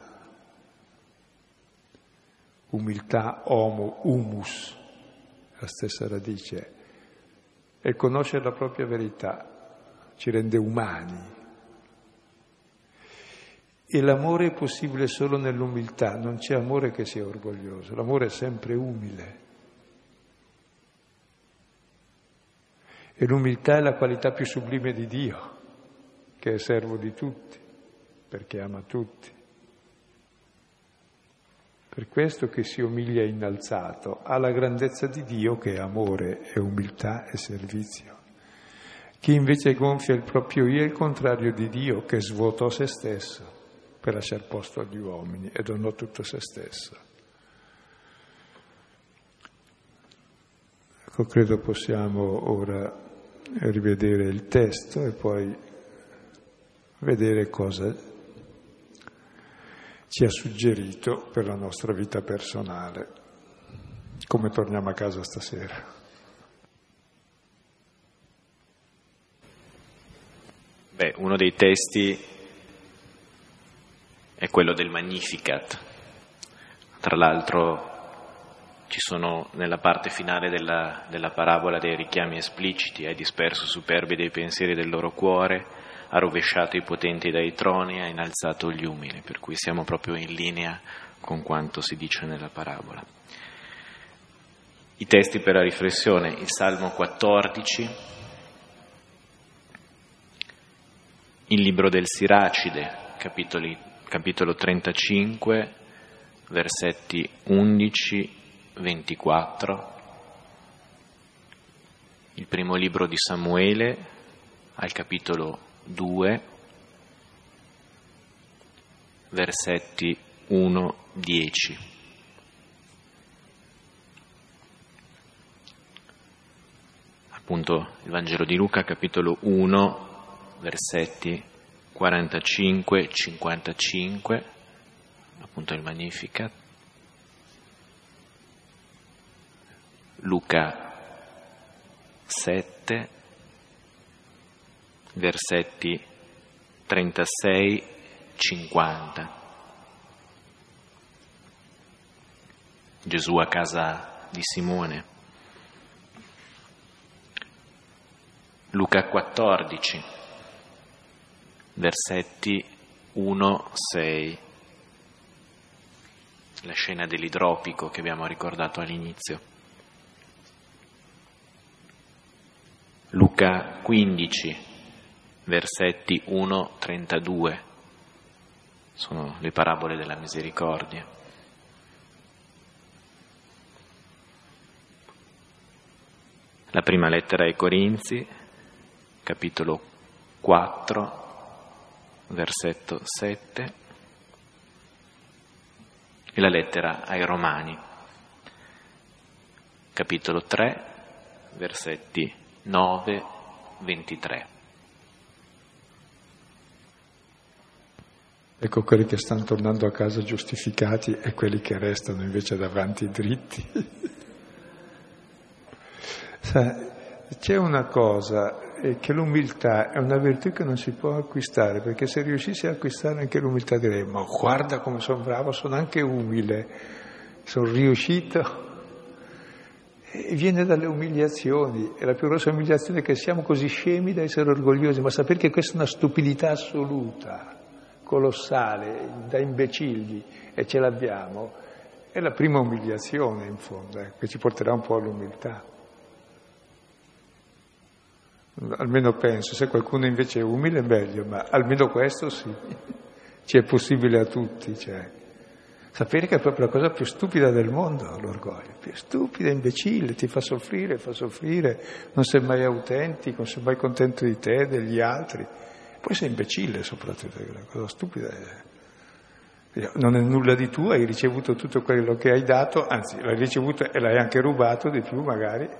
Umiltà, homo, humus, la stessa radice. E conoscere la propria verità ci rende umani. E l'amore è possibile solo nell'umiltà, non c'è amore che sia orgoglioso, l'amore è sempre umile. E l'umiltà è la qualità più sublime di Dio, che è servo di tutti, perché ama tutti. Per questo che si umilia innalzato, ha la grandezza di Dio che è amore, è umiltà e servizio. Chi invece gonfia il proprio io è il contrario di Dio, che svuotò se stesso per lasciar posto agli uomini e donò tutto se stesso. Ecco, credo possiamo ora rivedere il testo e poi vedere cosa ci ha suggerito per la nostra vita personale, come torniamo a casa stasera. Beh, uno dei testi è quello del Magnificat. Tra l'altro ci sono nella parte finale della, della parabola dei richiami espliciti: hai disperso superbi dei pensieri del loro cuore, ha rovesciato i potenti dai troni, ha innalzato gli umili, per cui siamo proprio in linea con quanto si dice nella parabola. I testi per la riflessione: il Salmo quattordici, il libro del Siracide, capitoli, capitolo trentacinque, versetti undici ventiquattro, il primo libro di Samuele, al capitolo due, versetti uno dieci. Appunto il Vangelo di Luca, capitolo uno, versetti quarantacinque cinquantacinque, appunto il Magnificat. Luca sette, versetti trentasei cinquanta. Gesù a casa di Simone. Luca quattordici, versetti uno sei, la scena dell'idropico che abbiamo ricordato all'inizio. Luca quindici, versetti uno trentadue, sono le parabole della misericordia. La prima lettera ai Corinzi, capitolo quattro, versetto sette, e la lettera ai Romani, capitolo tre, versetti nove ventitré. Ecco quelli che stanno tornando a casa giustificati e quelli che restano invece davanti dritti. Sai, c'è una cosa, è che l'umiltà è una virtù che non si può acquistare, perché se riuscissi a acquistare anche l'umiltà direi: ma guarda come sono bravo, sono anche umile, sono riuscito. E viene dalle umiliazioni, è la più grossa umiliazione che siamo così scemi da essere orgogliosi, ma sapere che questa è una stupidità assoluta, colossale, da imbecilli, e ce l'abbiamo, è la prima umiliazione in fondo, eh, che ci porterà un po' all'umiltà. Almeno penso, se qualcuno invece è umile è meglio, ma almeno questo sì, ci è possibile a tutti, cioè. Sapere che è proprio la cosa più stupida del mondo, l'orgoglio, più stupida, imbecille, ti fa soffrire, fa soffrire, non sei mai autentico, non sei mai contento di te, degli altri. Poi sei imbecille soprattutto, la cosa stupida è... Non è nulla di tuo, hai ricevuto tutto quello che hai dato, anzi l'hai ricevuto e l'hai anche rubato di più magari.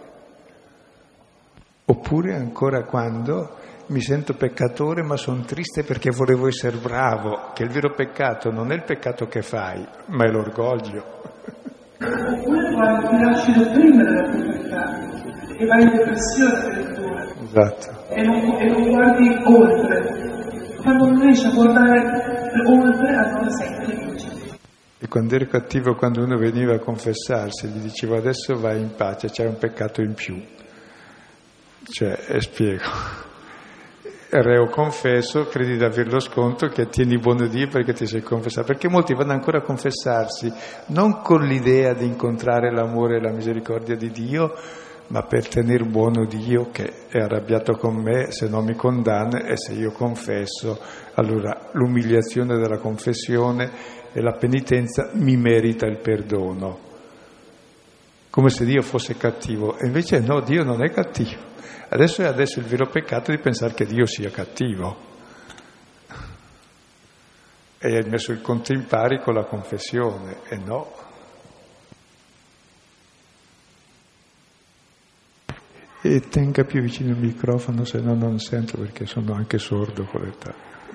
Oppure ancora quando mi sento peccatore ma sono triste perché volevo essere bravo, che il vero peccato non è il peccato che fai, ma è l'orgoglio. Oppure quando ti lasci opprimere dal tuo peccato e vai in depressione addirittura. Esatto. E non, e non guardi oltre. Quando non riesci a guardare oltre, allora sei felice. E quando ero cattivo, quando uno veniva a confessarsi, gli dicevo adesso vai in pace, c'è un peccato in più. Cioè, e spiego. Reo confesso, credi di aver lo sconto che tieni buono Dio perché ti sei confessato. Perché molti vanno ancora a confessarsi non con l'idea di incontrare l'amore e la misericordia di Dio, ma per tenere buono Dio che è arrabbiato con me se non mi condanna, e se io confesso, allora l'umiliazione della confessione e la penitenza mi merita il perdono. Come se Dio fosse cattivo. E invece no, Dio non è cattivo. Adesso è adesso il vero peccato di pensare che Dio sia cattivo. E hai messo il conto in pari con la confessione, e no. E tenga più vicino il microfono, se no non sento, perché sono anche sordo con l'età.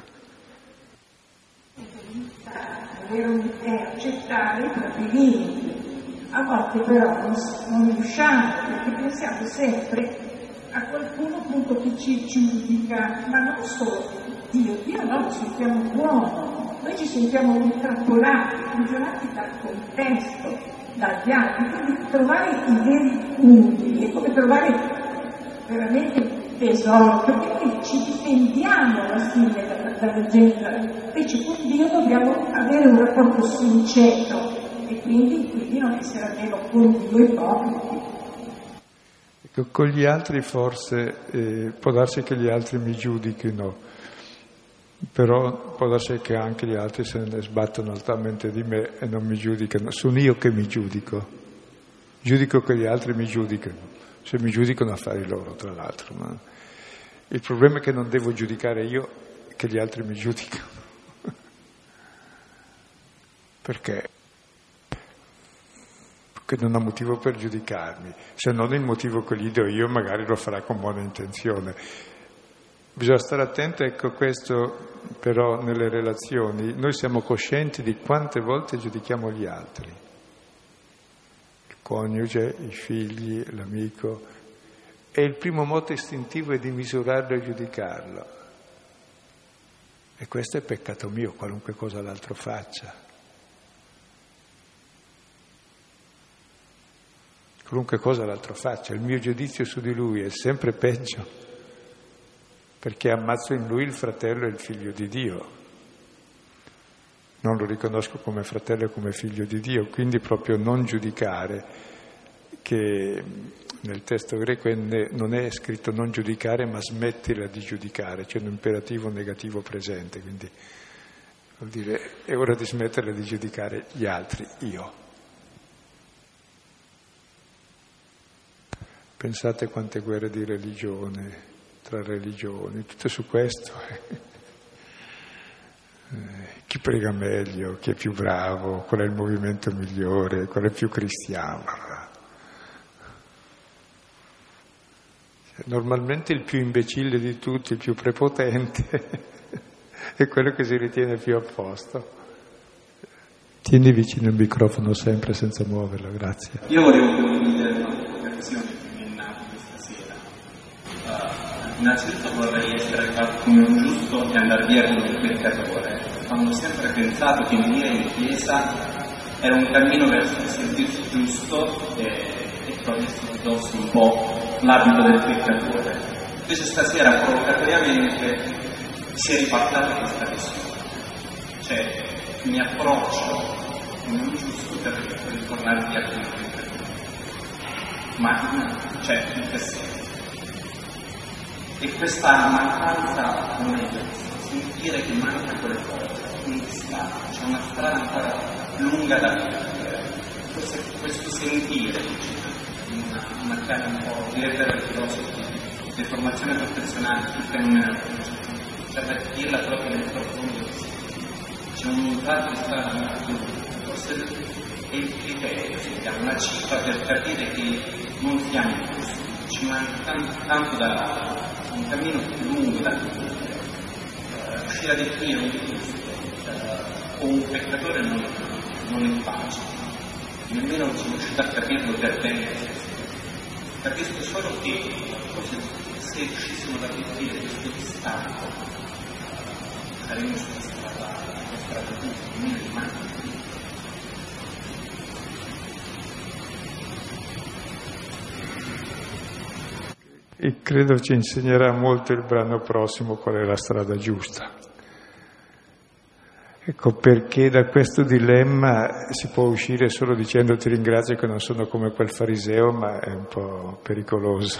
È accettare i propri limiti. A volte però non, non riusciamo, perché pensiamo sempre a qualcuno appunto che ci, ci giudica, ma non solo Dio, Dio no, ci sentiamo buoni, noi ci sentiamo intrappolati, imprigionati dal contesto, dagli altri, quindi trovare i veri punti è come trovare veramente il tesoro, perché ci difendiamo alla fine dalla, dalla gente, invece con Dio dobbiamo avere un rapporto sincero e quindi, quindi non essere almeno con Dio ipocriti. Con gli altri forse eh, può darsi che gli altri mi giudichino, però può darsi che anche gli altri se ne sbattono altamente di me e non mi giudicano. Sono io che mi giudico, giudico che gli altri mi giudicano, se mi giudicano affari loro tra l'altro, ma il problema è che non devo giudicare io, che gli altri mi giudicano. Perché? Che non ha motivo per giudicarmi, se non il motivo che gli do io magari lo farà con buona intenzione. Bisogna stare attenti, ecco questo però nelle relazioni, noi siamo coscienti di quante volte giudichiamo gli altri, il coniuge, i figli, l'amico, e il primo modo istintivo è di misurarlo e giudicarlo, e questo è peccato mio, qualunque cosa l'altro faccia. Qualunque cosa l'altro faccia, il mio giudizio su di lui è sempre peggio, perché ammazzo in lui il fratello e il figlio di Dio. Non lo riconosco come fratello e come figlio di Dio, quindi proprio non giudicare, che nel testo greco non è scritto non giudicare, ma smettila di giudicare, c'è un imperativo negativo presente, quindi vuol dire è ora di smetterla di giudicare gli altri, io. Pensate quante guerre di religione, tra religioni, tutto su questo. Eh, chi prega meglio, chi è più bravo, qual è il movimento migliore, qual è più cristiano. Normalmente il più imbecille di tutti, il più prepotente, è quello che si ritiene più a posto. Tieni vicino il microfono sempre senza muoverlo, grazie. Io volevo condividere una riflessione. Innanzitutto vorrei essere fatto come un giusto e andare via come un peccatore. Ho sempre pensato che venire in chiesa era un cammino verso il sentirsi giusto e, e tu avessi addosso un po' l'abito del peccatore. Invece stasera provocatoriamente si è ribaltata questa visione. Cioè, mi approccio come un giusto per, per ritornare via come peccatore. Ma, cioè, in che senso? E questa mancanza non è questa, sentire che manca qualcosa, quindi sta, c'è una strada ancora lunga da vivere. Forse questo sentire, una, una chiave un po' diretta dai filosofi, di formazione professionale sul fenomeno, cioè per dirla proprio nel profondo, c'è un tratto di strada molto lunga, forse è il criterio, cioè una cifra per capire che non siamo giusti, ci manca tanto, tanto da un cammino più lungo da vivere. Uh, riuscire a definire un giusto uh, o un peccatore non, non è facile, nemmeno sono riuscito a capirlo per bene. Capisco solo che forse se riuscissimo ad avvertire questo distacco uh, saremmo sulla strada, sulla strada giusta, non rimane. E credo ci insegnerà molto il brano prossimo qual è la strada giusta. Ecco perché da questo dilemma si può uscire solo dicendo ti ringrazio che non sono come quel fariseo, ma è un po' pericoloso.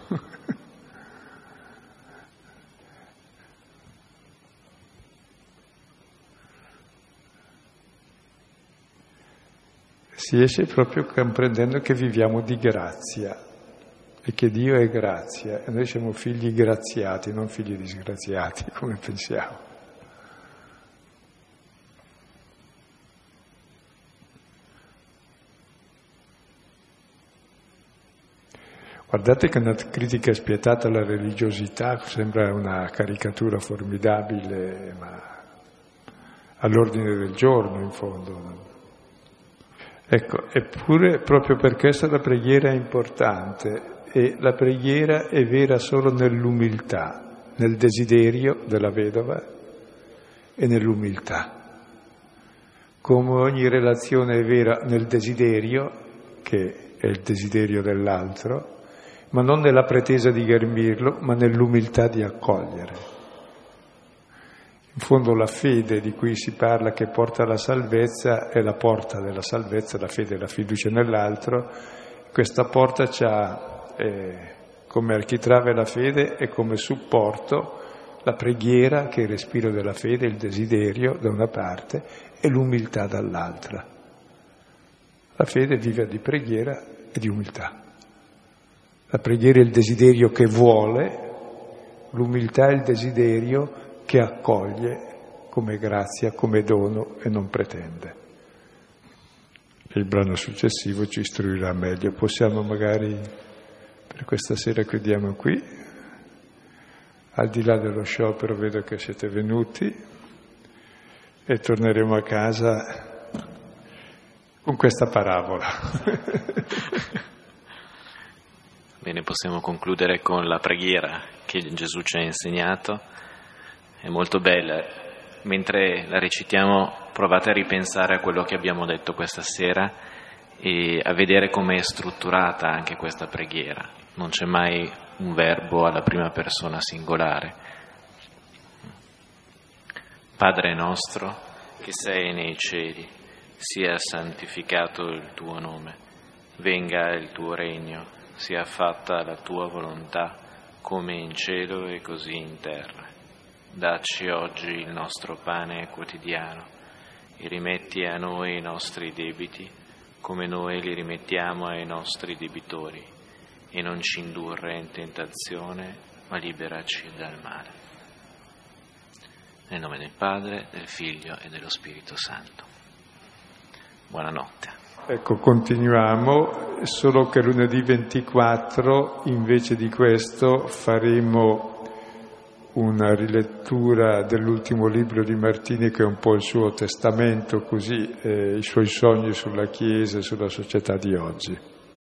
Si esce proprio comprendendo che viviamo di grazia. E che Dio è grazia, e noi siamo figli graziati, non figli disgraziati, come pensiamo. Guardate che una critica spietata alla religiosità sembra una caricatura formidabile, ma all'ordine del giorno, in fondo. Ecco, eppure proprio per questo la preghiera è importante. E la preghiera è vera solo nell'umiltà, nel desiderio della vedova e nell'umiltà. Come ogni relazione è vera nel desiderio, che è il desiderio dell'altro, ma non nella pretesa di ghermirlo, ma nell'umiltà di accogliere. In fondo la fede di cui si parla che porta alla salvezza è la porta della salvezza, la fede e la fiducia nell'altro. Questa porta c'ha Eh, come architrave la fede e come supporto la preghiera, che è il respiro della fede, il desiderio da una parte e l'umiltà dall'altra. La fede vive di preghiera e di umiltà. La preghiera è il desiderio che vuole, l'umiltà è il desiderio che accoglie come grazia, come dono e non pretende. Il brano successivo ci istruirà meglio. Possiamo magari... Per questa sera chiudiamo qui, al di là dello sciopero vedo che siete venuti e torneremo a casa con questa parabola. Bene, possiamo concludere con la preghiera che Gesù ci ha insegnato, è molto bella. Mentre la recitiamo provate a ripensare a quello che abbiamo detto questa sera e a vedere come è strutturata anche questa preghiera. Non c'è mai un verbo alla prima persona singolare. Padre nostro, che sei nei cieli, sia santificato il tuo nome, venga il tuo regno, sia fatta la tua volontà, come in cielo e così in terra. Dacci oggi il nostro pane quotidiano e rimetti a noi i nostri debiti, come noi li rimettiamo ai nostri debitori. E non ci indurre in tentazione, ma liberaci dal male. Nel nome del Padre, del Figlio e dello Spirito Santo. Buonanotte. Ecco, continuiamo, solo che lunedì ventiquattro, invece di questo, faremo una rilettura dell'ultimo libro di Martini, che è un po' il suo testamento, così, eh, i suoi sogni sulla Chiesa e sulla società di oggi.